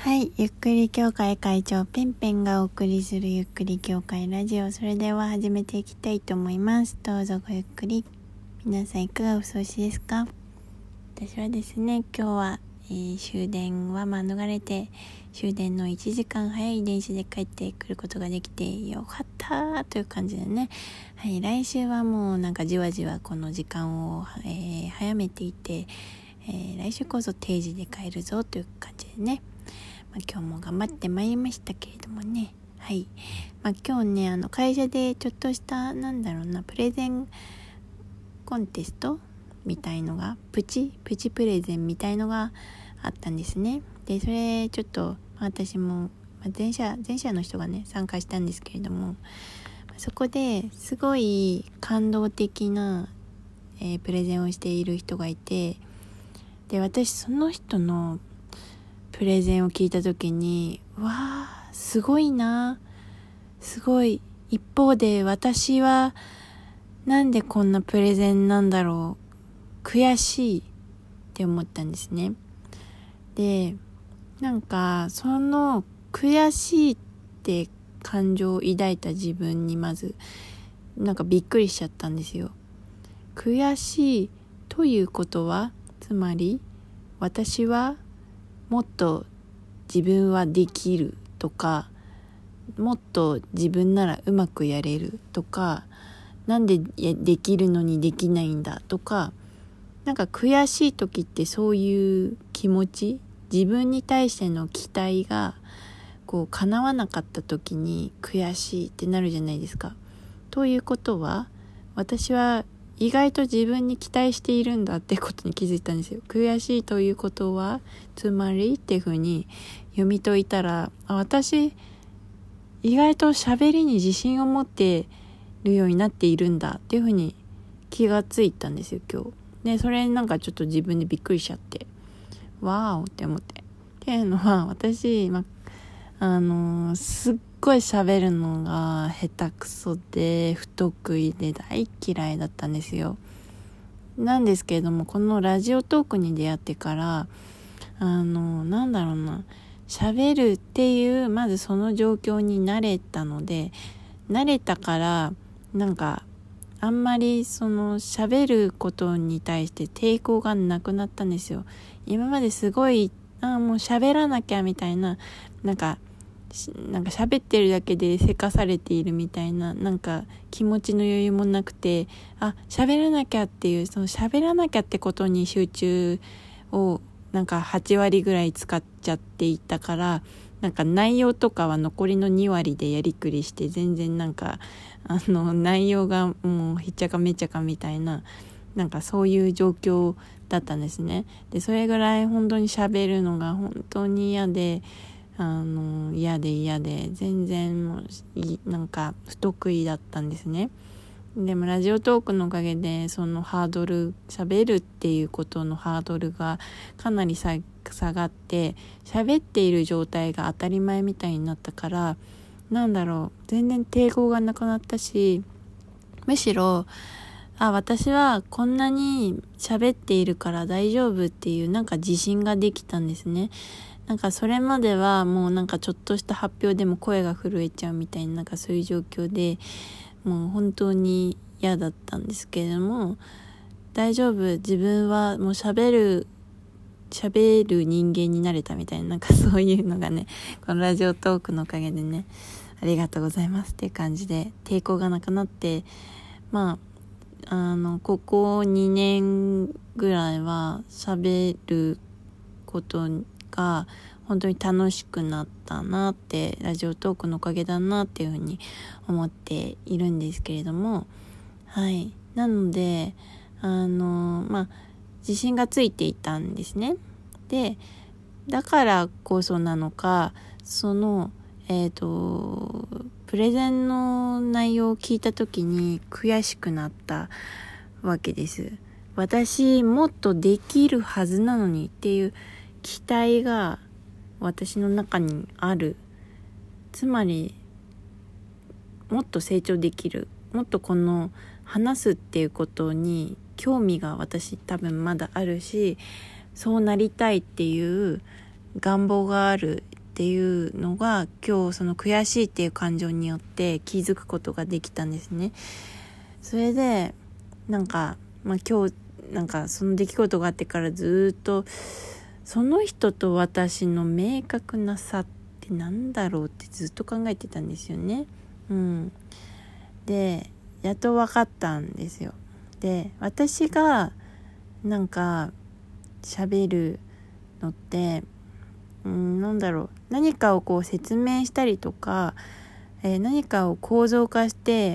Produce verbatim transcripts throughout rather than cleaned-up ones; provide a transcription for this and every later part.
はい、ゆっくり協会会長ペンペンがお送りするゆっくり協会ラジオ、それでは始めていきたいと思います。どうぞごゆっくり。皆さんいかがお過ごしですか？私はですね、今日は、えー、終電は免れて終電のいちじかん早い電車で帰ってくることができてよかったという感じでね。はい、来週はもうなんかじわじわこの時間を、えー、早めていて、えー、来週こそ定時で帰るぞという感じでね。まあ、今日も頑張ってまいりましたけれどもね。はい。まあ、今日ね、あの会社でちょっとしたなんだろうなプレゼンコンテストみたいのがプチプチプレゼンみたいのがあったんですね。で、それちょっと私も、まあ、前社前社の人がね参加したんですけれども、そこですごい感動的な、えー、プレゼンをしている人がいて、で私その人のプレゼンを聞いた時に、わあすごいな、すごい。一方で私はなんでこんなプレゼンなんだろう、悔しいって思ったんですね。で、なんかその悔しいって感情を抱いた自分にまずなんかびっくりしちゃったんですよ。悔しいということは、つまり私はもっと自分はできるとか、もっと自分ならうまくやれるとか、なんでできるのにできないんだとか、なんか悔しい時ってそういう気持ち、自分に対しての期待がこう叶わなかった時に悔しいってなるじゃないですか。ということは、私は意外と自分に期待しているんだってことに気づいたんですよ。悔しいということはつまりっていう風に読み解いたら、あ、私意外と喋りに自信を持ってるようになっているんだっていう風に気がついたんですよ今日。で、それなんかちょっと自分でびっくりしちゃって、わーおって思って。っていうのは、私、ま、あのー、すっごい喋るのが下手くそで不得意で大嫌いだったんですよ。なんですけれども、このラジオトークに出会ってからあのー、なんだろうな喋るっていうまずその状況に慣れたので、慣れたからなんかあんまりその喋ることに対して抵抗がなくなったんですよ。今まですごいあもう喋らなきゃみたいな、なんかなんか喋ってるだけでせかされているみたいな、なんか気持ちの余裕もなくて、あ喋らなきゃっていう、その喋らなきゃってことに集中をなんかはちわりぐらい使っちゃっていたから、なんか内容とかは残りのにわりでやりくりして、全然なんかあの内容がもうひっちゃかめっちゃかみたいな、なんかそういう状況だったんですね。で、それぐらい本当に喋るのが本当に嫌で、あの嫌で嫌で全然もうなんか不得意だったんですね。でもラジオトークのおかげでそのハードル、喋るっていうことのハードルがかなり下がって、喋っている状態が当たり前みたいになったから、なんだろう、全然抵抗がなくなったし、むしろあ私はこんなに喋っているから大丈夫っていうなんか自信ができたんですね。なんかそれまではもうなんかちょっとした発表でも声が震えちゃうみたいな、なんかそういう状況でもう本当に嫌だったんですけれども、大丈夫、自分はもう喋る喋る人間になれたみたいな、なんかそういうのがね、このラジオトークのおかげでね、ありがとうございますっていう感じで抵抗がなくなって、まああのここにねんぐらいは喋ることが本当に楽しくなったなって、ラジオトークのおかげだなっていうふうに思っているんですけれども、はい、なのであのまあ自信がついていたんですね。で、だからこそなのか、そのえっとプレゼンの内容を聞いた時に悔しくなったわけです。私もっとできるはずなのにっていう期待が私の中にある。つまりもっと成長できる、もっとこの話すっていうことに興味が私多分まだあるし、そうなりたいっていう願望があるっていうのが今日その悔しいっていう感情によって気づくことができたんですね。それでなんか、まあ、今日なんかその出来事があってからずっとその人と私の明確な差ってなんだろうってずっと考えてたんですよね。うん、でやっと分かったんですよ。で私がなんか喋るのってうん、なんだろう何かをこう説明したりとか、えー、何かを構造化して、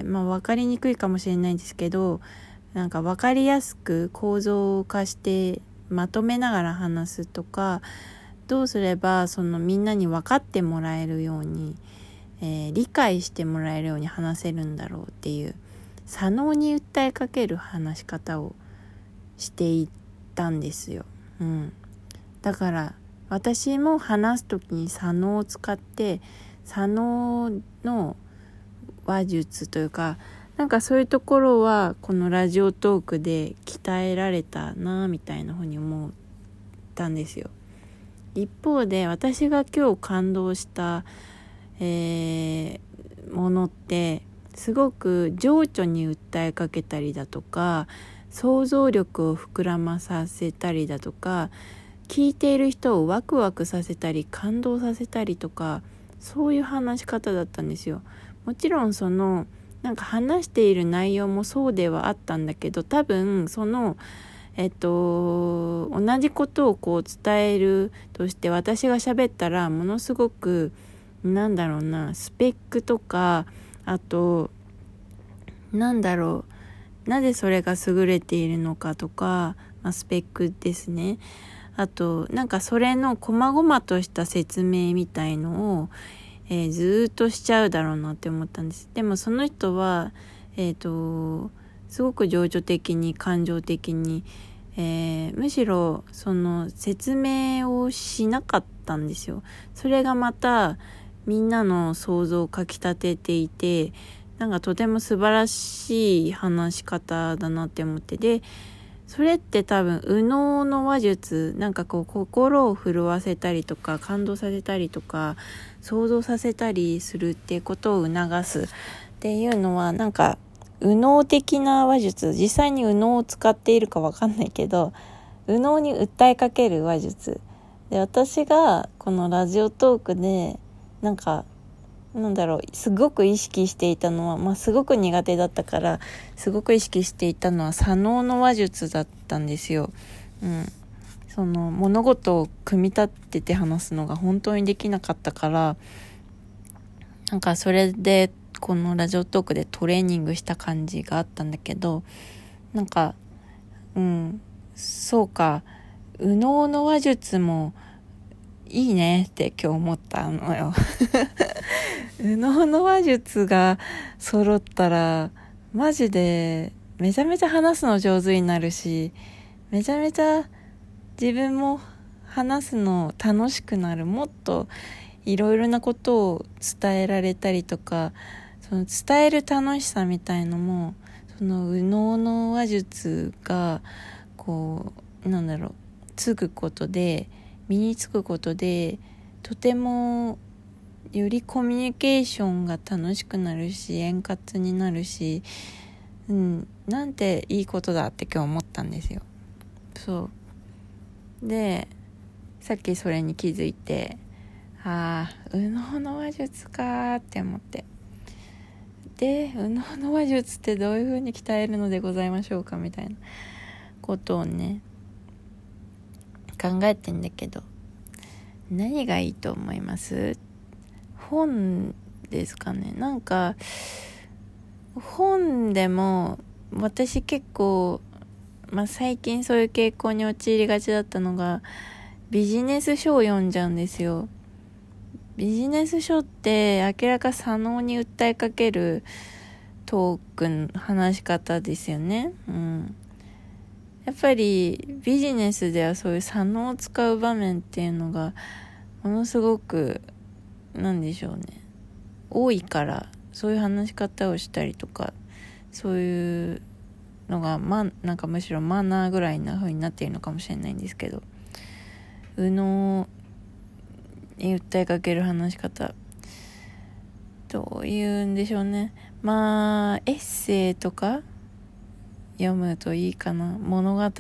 まあ、分かりにくいかもしれないんですけどなんか分かりやすく構造化してまとめながら話すとかどうすればそのみんなに分かってもらえるように、えー、理解してもらえるように話せるんだろうっていう左脳に訴えかける話し方をしていったんですよ。うん、だから私も話すときに左脳を使って左脳の話術というかなんかそういうところはこのラジオトークで鍛えられたなみたいなふうに思ったんですよ。一方で私が今日感動した、えー、ものってすごく情緒に訴えかけたりだとか想像力を膨らまさせたりだとか聞いている人をワクワクさせたり感動させたりとかそういう話し方だったんですよ。もちろんそのなんか話している内容もそうではあったんだけど多分そのえっと同じことをこう伝えるとして私が喋ったらものすごくなんだろうなスペックとかあとなんだろうなぜそれが優れているのかとか、まあ、スペックですね。あとなんかそれの細々とした説明みたいのを、えー、ずっとしちゃうだろうなって思ったんです。でもその人はえっとすごく情緒的に感情的に、えー、むしろその説明をしなかったんですよ。それがまたみんなの想像をかきたてていてなんかとても素晴らしい話し方だなって思ってでそれって多分右脳の話術なんかこう心を震わせたりとか感動させたりとか想像させたりするっていうことを促すっていうのはなんか右脳的な話術実際に右脳を使っているか分かんないけど右脳に訴えかける話術で私がこのラジオトークでなんかなんだろうすごく意識していたのは、まあ、すごく苦手だったからすごく意識していたのは左脳の話術だったんですよ。うん、その物事を組み立てて話すのが本当にできなかったからなんかそれでこのラジオトークでトレーニングした感じがあったんだけどなんかうんそうか右脳の話術もいいねって今日思ったのよ右脳の話術が揃ったらマジでめちゃめちゃ話すの上手になるしめちゃめちゃ自分も話すの楽しくなるもっといろいろなことを伝えられたりとかその伝える楽しさみたいのもその右脳の話術がこうなんだろうつくことで身につくことでとてもよりコミュニケーションが楽しくなるし円滑になるし、うん、なんていいことだって今日思ったんですよ。そうでさっきそれに気づいてああ右脳の話術かって思ってで右脳の話術ってどういう風に鍛えるのでございましょうかみたいなことをね考えてんだけど何がいいと思います？本ですかね。なんか本でも私結構、まあ、最近そういう傾向に陥りがちだったのがビジネス書を読んじゃうんですよ。ビジネス書って明らか左脳に訴えかけるトークン話し方ですよね。うんやっぱりビジネスではそういう左脳を使う場面っていうのがものすごくなんでしょうね多いからそういう話し方をしたりとかそういうのがまなんかむしろマナーぐらいな風になっているのかもしれないんですけど右脳訴えかける話し方、どういうんでしょうね。まあエッセイとか読むといいかな。物語、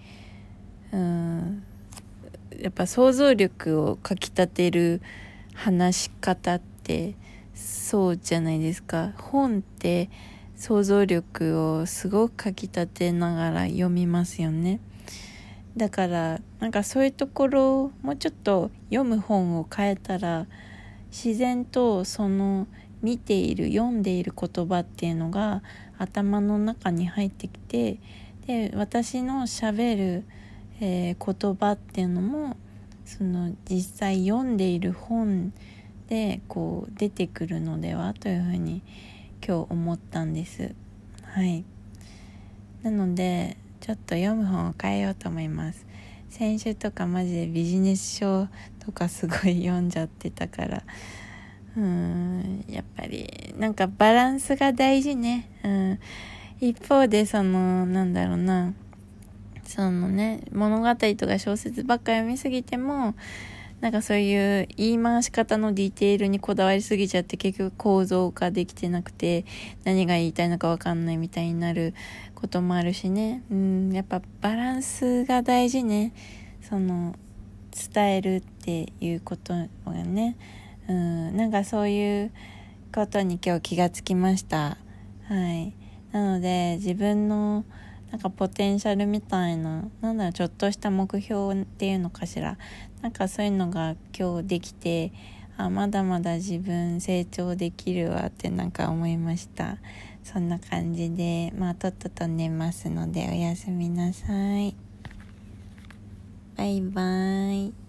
うんやっぱ想像力をかきたてる話し方ってそうじゃないですか。本って想像力をすごくかきたてながら読みますよね。だからなんかそういうところをもうちょっと読む本を変えたら、自然とその見ている読んでいる言葉っていうのが頭の中に入ってきて、で私のしゃべる、えー、言葉っていうのもその実際読んでいる本でこう出てくるのではというふうに今日思ったんです。はい。なのでちょっと読む本を変えようと思います。先週とかマジでビジネス書とかすごい読んじゃってたから、うーんやっぱりなんかバランスが大事ね。うん、一方でそのなんだろうな、そのね物語とか小説ばっか読みすぎてもなんかそういう言い回し方のディテールにこだわりすぎちゃって結局構造化できてなくて何が言いたいのか分かんないみたいになることもあるしね。うんやっぱバランスが大事ね。その伝えるっていうことがね、うんなんかそういうことに今日気がつきました。はい。なので自分のなんかポテンシャルみたいな、なんだろう、ちょっとした目標っていうのかしら、なんかそういうのが今日できて、あまだまだ自分成長できるわってなんか思いました。そんな感じでまあとっとと寝ますのでおやすみなさい。バイバイ。